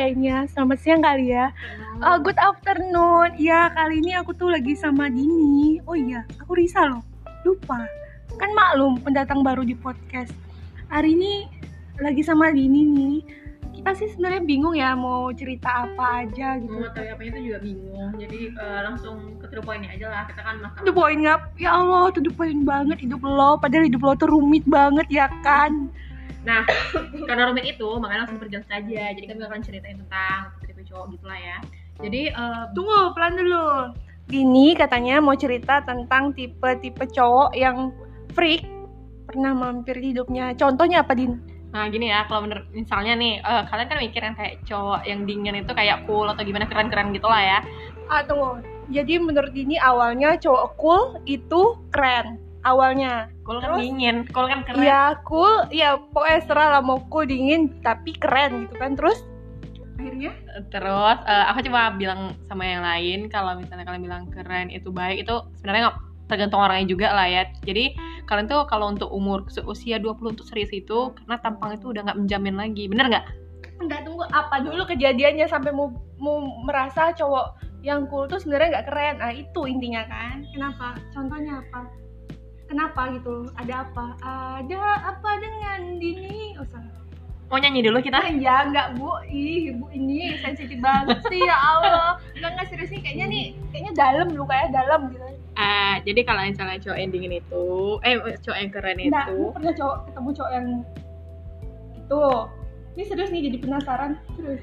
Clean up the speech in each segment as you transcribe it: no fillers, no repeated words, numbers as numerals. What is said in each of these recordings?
lainnya. Selamat siang kali ya. Good afternoon. Ya, kali ini aku tuh lagi sama Dini. Oh iya, aku Risa loh. Lupa. Kan maklum pendatang baru di podcast. Hari ini lagi sama Dini nih. Kita sih sebenarnya bingung ya mau cerita apa aja gitu. Mau tahu apanya itu juga bingung. Jadi langsung ke to the point aja lah. Kita kan masalah. To the point ngap. Ya Allah, to the point banget hidup lo. Padahal hidup lo tuh rumit banget ya kan. Nah, karena rumit itu makanya langsung berjalan saja. Jadi kami akan ceritain tentang tipe cowok gitulah ya. Jadi Tunggu, pelan dulu. Dini katanya mau cerita tentang tipe-tipe cowok yang freak pernah mampir di hidupnya. Contohnya apa, Din? Nah gini ya, kalau menurut misalnya nih kalian kan mikir yang kayak cowok yang dingin itu kayak cool atau gimana, keren-keren gitu lah ya. Tunggu. Jadi menurut Dini awalnya cowok cool itu keren. Awalnya Cool kan dingin, cool kan keren. Iya cool, ya pokoknya serah lah mau cool dingin tapi keren gitu kan. Terus akhirnya aku cuma bilang sama yang lain kalau misalnya kalian bilang keren itu baik, itu sebenarnya nggak tergantung orangnya juga lah ya. Jadi kalian tuh kalau untuk umur usia 20 untuk serius itu karena tampang itu udah nggak menjamin lagi, bener nggak? Enggak, tunggu, apa dulu kejadiannya sampai mau merasa cowok yang cool tuh sebenarnya nggak keren. Itu intinya kan. Kenapa? Contohnya apa? Kenapa gitu? Ada apa? Ada apa dengan Dini? Oh salah. Mau nyanyi dulu kita? Ya enggak Bu, Bu ini sensitif banget sih ya Allah. Enggak serius nih, kayaknya dalam lu kayak dalam gitu. Jadi kalau misalnya cowok yang dingin itu, cowok yang keren itu. Nah, aku pernah ketemu cowok yang itu. Ini serius nih, jadi penasaran terus.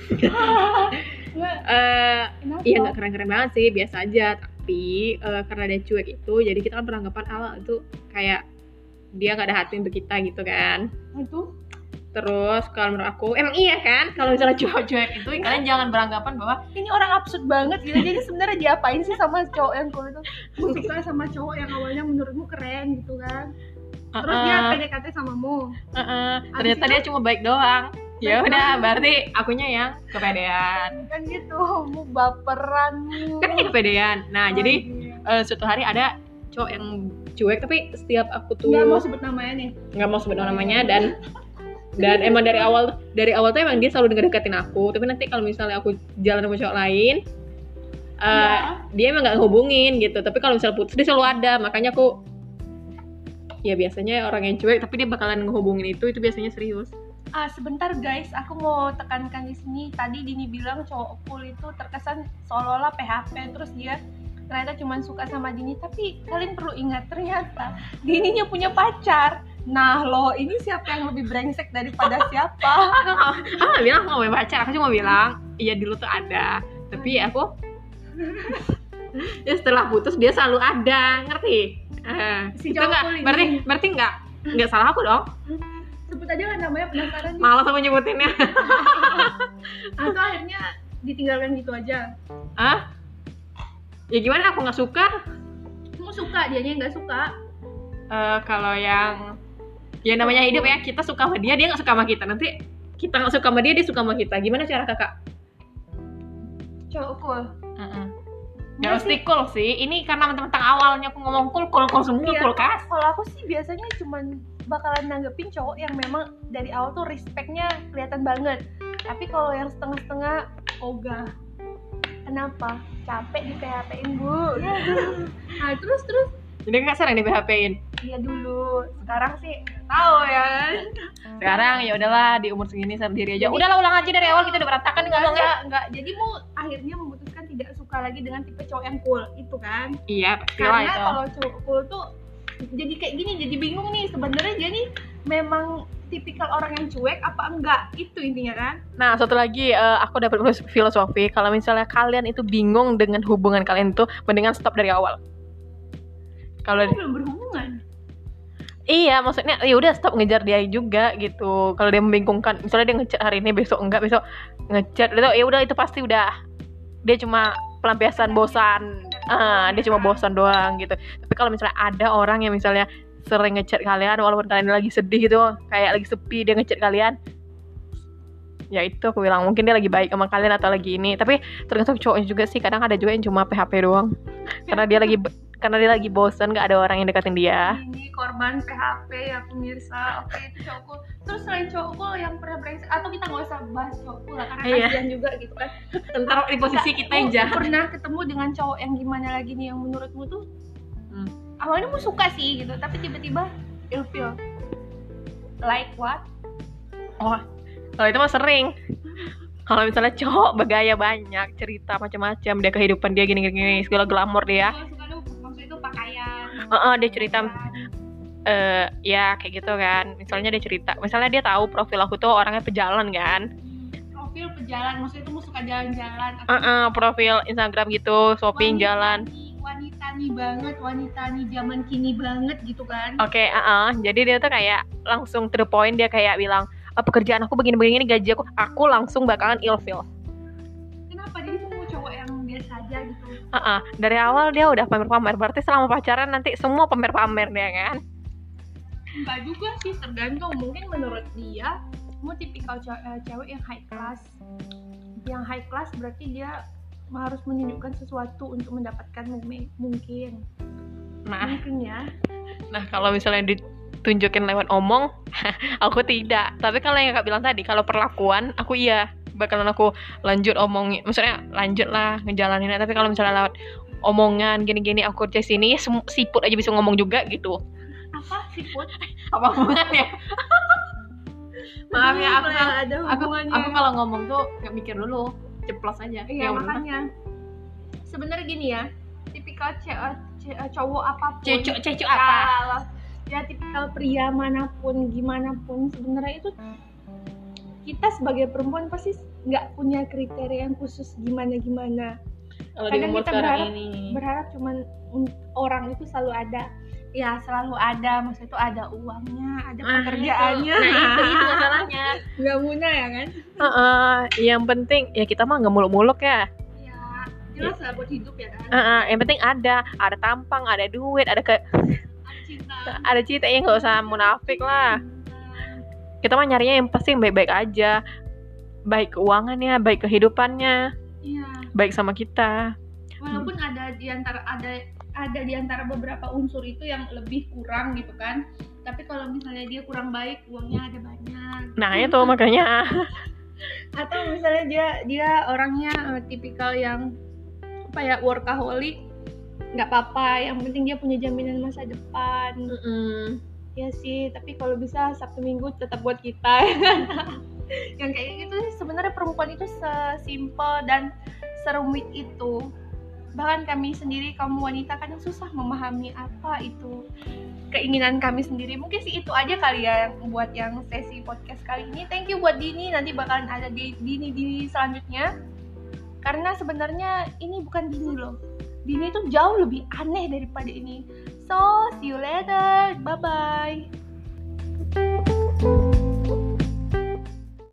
Iya nggak keren-keren banget sih, biasa aja. Tapi karena dia cuek itu, jadi kita kan beranggapan awal itu kayak dia nggak ada hati untuk kita gitu kan. Itu. Terus kalau menurut aku emang iya kan, kalau misalnya cowok cuek itu kalian jangan beranggapan bahwa ini orang absurd banget gitu. Jadi sebenarnya diapain sih sama cowok yang cool itu? Lu suka sama cowok yang awalnya menurutmu keren gitu kan? Terus dia PDKT samamu. Ternyata dia cuma baik doang. Ya udah, berarti akunya yang kepedean. Kan gitu, mu baperan. Kan ini kepedean. Nah, jadi suatu hari ada cowok yang cuek, tapi setiap aku tuh nggak mau sebut namanya nih. Nggak mau sebut namanya dan emang dari awal tuh emang dia selalu deketin aku. Tapi nanti kalau misalnya aku jalan sama cowok lain, dia emang nggak ngehubungin gitu. Tapi kalau misalnya putus dia selalu ada. Makanya aku ya biasanya orang yang cuek tapi dia bakalan ngehubungin itu biasanya serius. Sebentar guys, aku mau tekankan di sini. Tadi Dini bilang cowok cool itu terkesan seolah-olah PHP, terus dia ternyata cuma suka sama Dini. Tapi kalian perlu ingat, ternyata Dininya punya pacar. Nah loh, ini siapa yang lebih brengsek daripada siapa? Aku gak bilang aku gak punya pacar, aku cuma bilang iya dulu tuh ada. Tapi aku ya setelah putus dia selalu ada, ngerti? Si itu gak, berarti gak salah aku dong. Sebut aja kan namanya, penasaran. Malas aku nyebutinnya. Atau akhirnya ditinggalkan gitu aja? Ya gimana, aku gak suka. Kamu suka, dianya gak suka. Kalau yang ya namanya hidup ya, kita suka sama dia gak suka sama kita. Nanti kita gak suka sama dia suka sama kita. Gimana cara kakak? Cowok cool. Ya mesti cool sih. Ini karena mentang-mentang awalnya aku ngomong cool semua, iya, cool kas. Kalau aku sih biasanya cuman bakalan nanggepin cowok yang memang dari awal tuh respectnya kelihatan banget. Tapi kalau yang setengah-setengah, ogah. Kenapa? Capek di PHP-in Bu. Nah terus. Jadi kakak sering di PHP-in? Iya dulu. Sekarang sih tahu ya. Sekarang ya udahlah, di umur segini sendiri aja. Udahlah, ulang aja dari awal, kita udah berantakan ngomongnya. Enggak. Jadi mu akhirnya memutuskan tidak suka lagi dengan tipe cowok yang cool itu kan? Iya, pastilah karena itu. Kalau cowok cool tuh jadi kayak gini, jadi bingung nih sebenarnya dia nih memang tipikal orang yang cuek apa enggak, itu intinya kan. Nah satu lagi, aku dapat filosofi kalau misalnya kalian itu bingung dengan hubungan kalian itu, mendingan stop dari awal. Kalau belum berhubungan. Iya, maksudnya ya udah stop ngejar dia juga gitu. Kalau dia membingungkan, misalnya dia ngechat hari ini, besok enggak, besok ngechat, ya udah itu pasti udah dia cuma pelampiasan bosan. Dia cuma bosan doang gitu. Tapi kalau misalnya ada orang yang misalnya sering ngechat kalian walaupun kalian lagi sedih gitu, kayak lagi sepi, dia ngechat kalian, ya itu aku bilang mungkin dia lagi baik sama kalian atau lagi ini. Tapi tergantung cowoknya juga sih, kadang ada juga yang cuma PHP doang karena dia lagi karena dia lagi bosan gak ada orang yang deketin dia. Ini korban PHP ya pemirsa. Oke, itu cowokku. Terus selain cowokku yang pernah brengsek, atau kita nggak usah bahas cowokku lah karena Iya. kasihan juga gitu kan. Ntar di posisi kita yang jahat. Pernah ketemu dengan cowok yang gimana lagi nih yang menurutmu tuh awalnya mau suka sih gitu, tapi tiba-tiba ilfeel. Like what? Oh, kalau itu mah sering. Kalau misalnya cowok bergaya banyak, cerita macam-macam, dia kehidupan dia gini-gini, segala glamor dia. Oh, suka tuh maksudnya itu pakaian. Dia cerita ya kayak gitu kan. Misalnya dia cerita, misalnya dia tahu profil aku tuh orangnya pejalan kan. Profil pejalan, maksudnya itu mau suka jalan-jalan. Atau Profil Instagram gitu, shopping jalan. Wanita nih banget, wanita nih zaman kini banget gitu kan. Oke, jadi dia tuh kayak langsung to the point, dia kayak bilang, pekerjaan aku begini-begini, gaji aku langsung bakalan ilfeel. Kenapa? Jadi mau cowok yang biasa aja gitu. Dari awal dia udah pamer-pamer, berarti selama pacaran nanti semua pamer-pamer dia kan. Enggak juga sih, tergantung. Mungkin menurut dia mau tipikal cewek yang high class. Yang high class berarti dia harus menunjukkan sesuatu untuk mendapatkan mungkin ya. Nah kalau misalnya ditunjukin lewat omong aku tidak, tapi kalau yang kakak bilang tadi, kalau perlakuan aku iya bakalan aku lanjut omongin, maksudnya lanjut lah ngejalaninnya. Tapi kalau misalnya lewat omongan gini-gini, aku kerja sini siput aja bisa ngomong juga gitu. Apa siput? Apa hubungannya? Maaf ya, aku kalau ngomong tuh gak mikir dulu, ceplos aja. Iya, makanya sebenarnya gini ya, tipikal cowok apapun, cecok apa ya, tipikal pria manapun gimana pun, sebenarnya itu kita sebagai perempuan pasti nggak punya kriteria yang khusus gimana. Kadang kita berharap cuman orang itu selalu ada. Ya selalu ada, maksudnya itu ada uangnya, ada pekerjaannya. Itu masalahnya. Nggak mudah ya kan? Yang penting ya kita mah nggak muluk-muluk ya. Ya jelas lah buat hidup ya kan. Yang penting ada tampang, ada duit, ada cinta, ya nggak usah munafik lah. Kita mah nyarinya yang pasti yang baik-baik aja, baik keuangannya, baik kehidupannya, iya, baik sama kita. Walaupun ada di antara beberapa unsur itu yang lebih kurang gitu kan, tapi kalau misalnya dia kurang baik, uangnya ada banyak. Nah itu makanya. Atau misalnya dia orangnya tipikal yang workaholic, nggak apa-apa, yang penting dia punya jaminan masa depan. Ya sih, tapi kalau bisa Sabtu Minggu tetap buat kita. Yang kayak gitu sih sebenarnya perempuan itu sesimpel dan serumit itu. Bahkan kami sendiri, kaum wanita, kadang susah memahami apa itu keinginan kami sendiri. Mungkin sih itu aja kali ya buat yang sesi podcast kali ini. Thank you buat Dini, nanti bakalan ada Dini selanjutnya. Karena sebenarnya ini bukan Dini loh. Dini tuh jauh lebih aneh daripada ini. So, see you later. Bye-bye.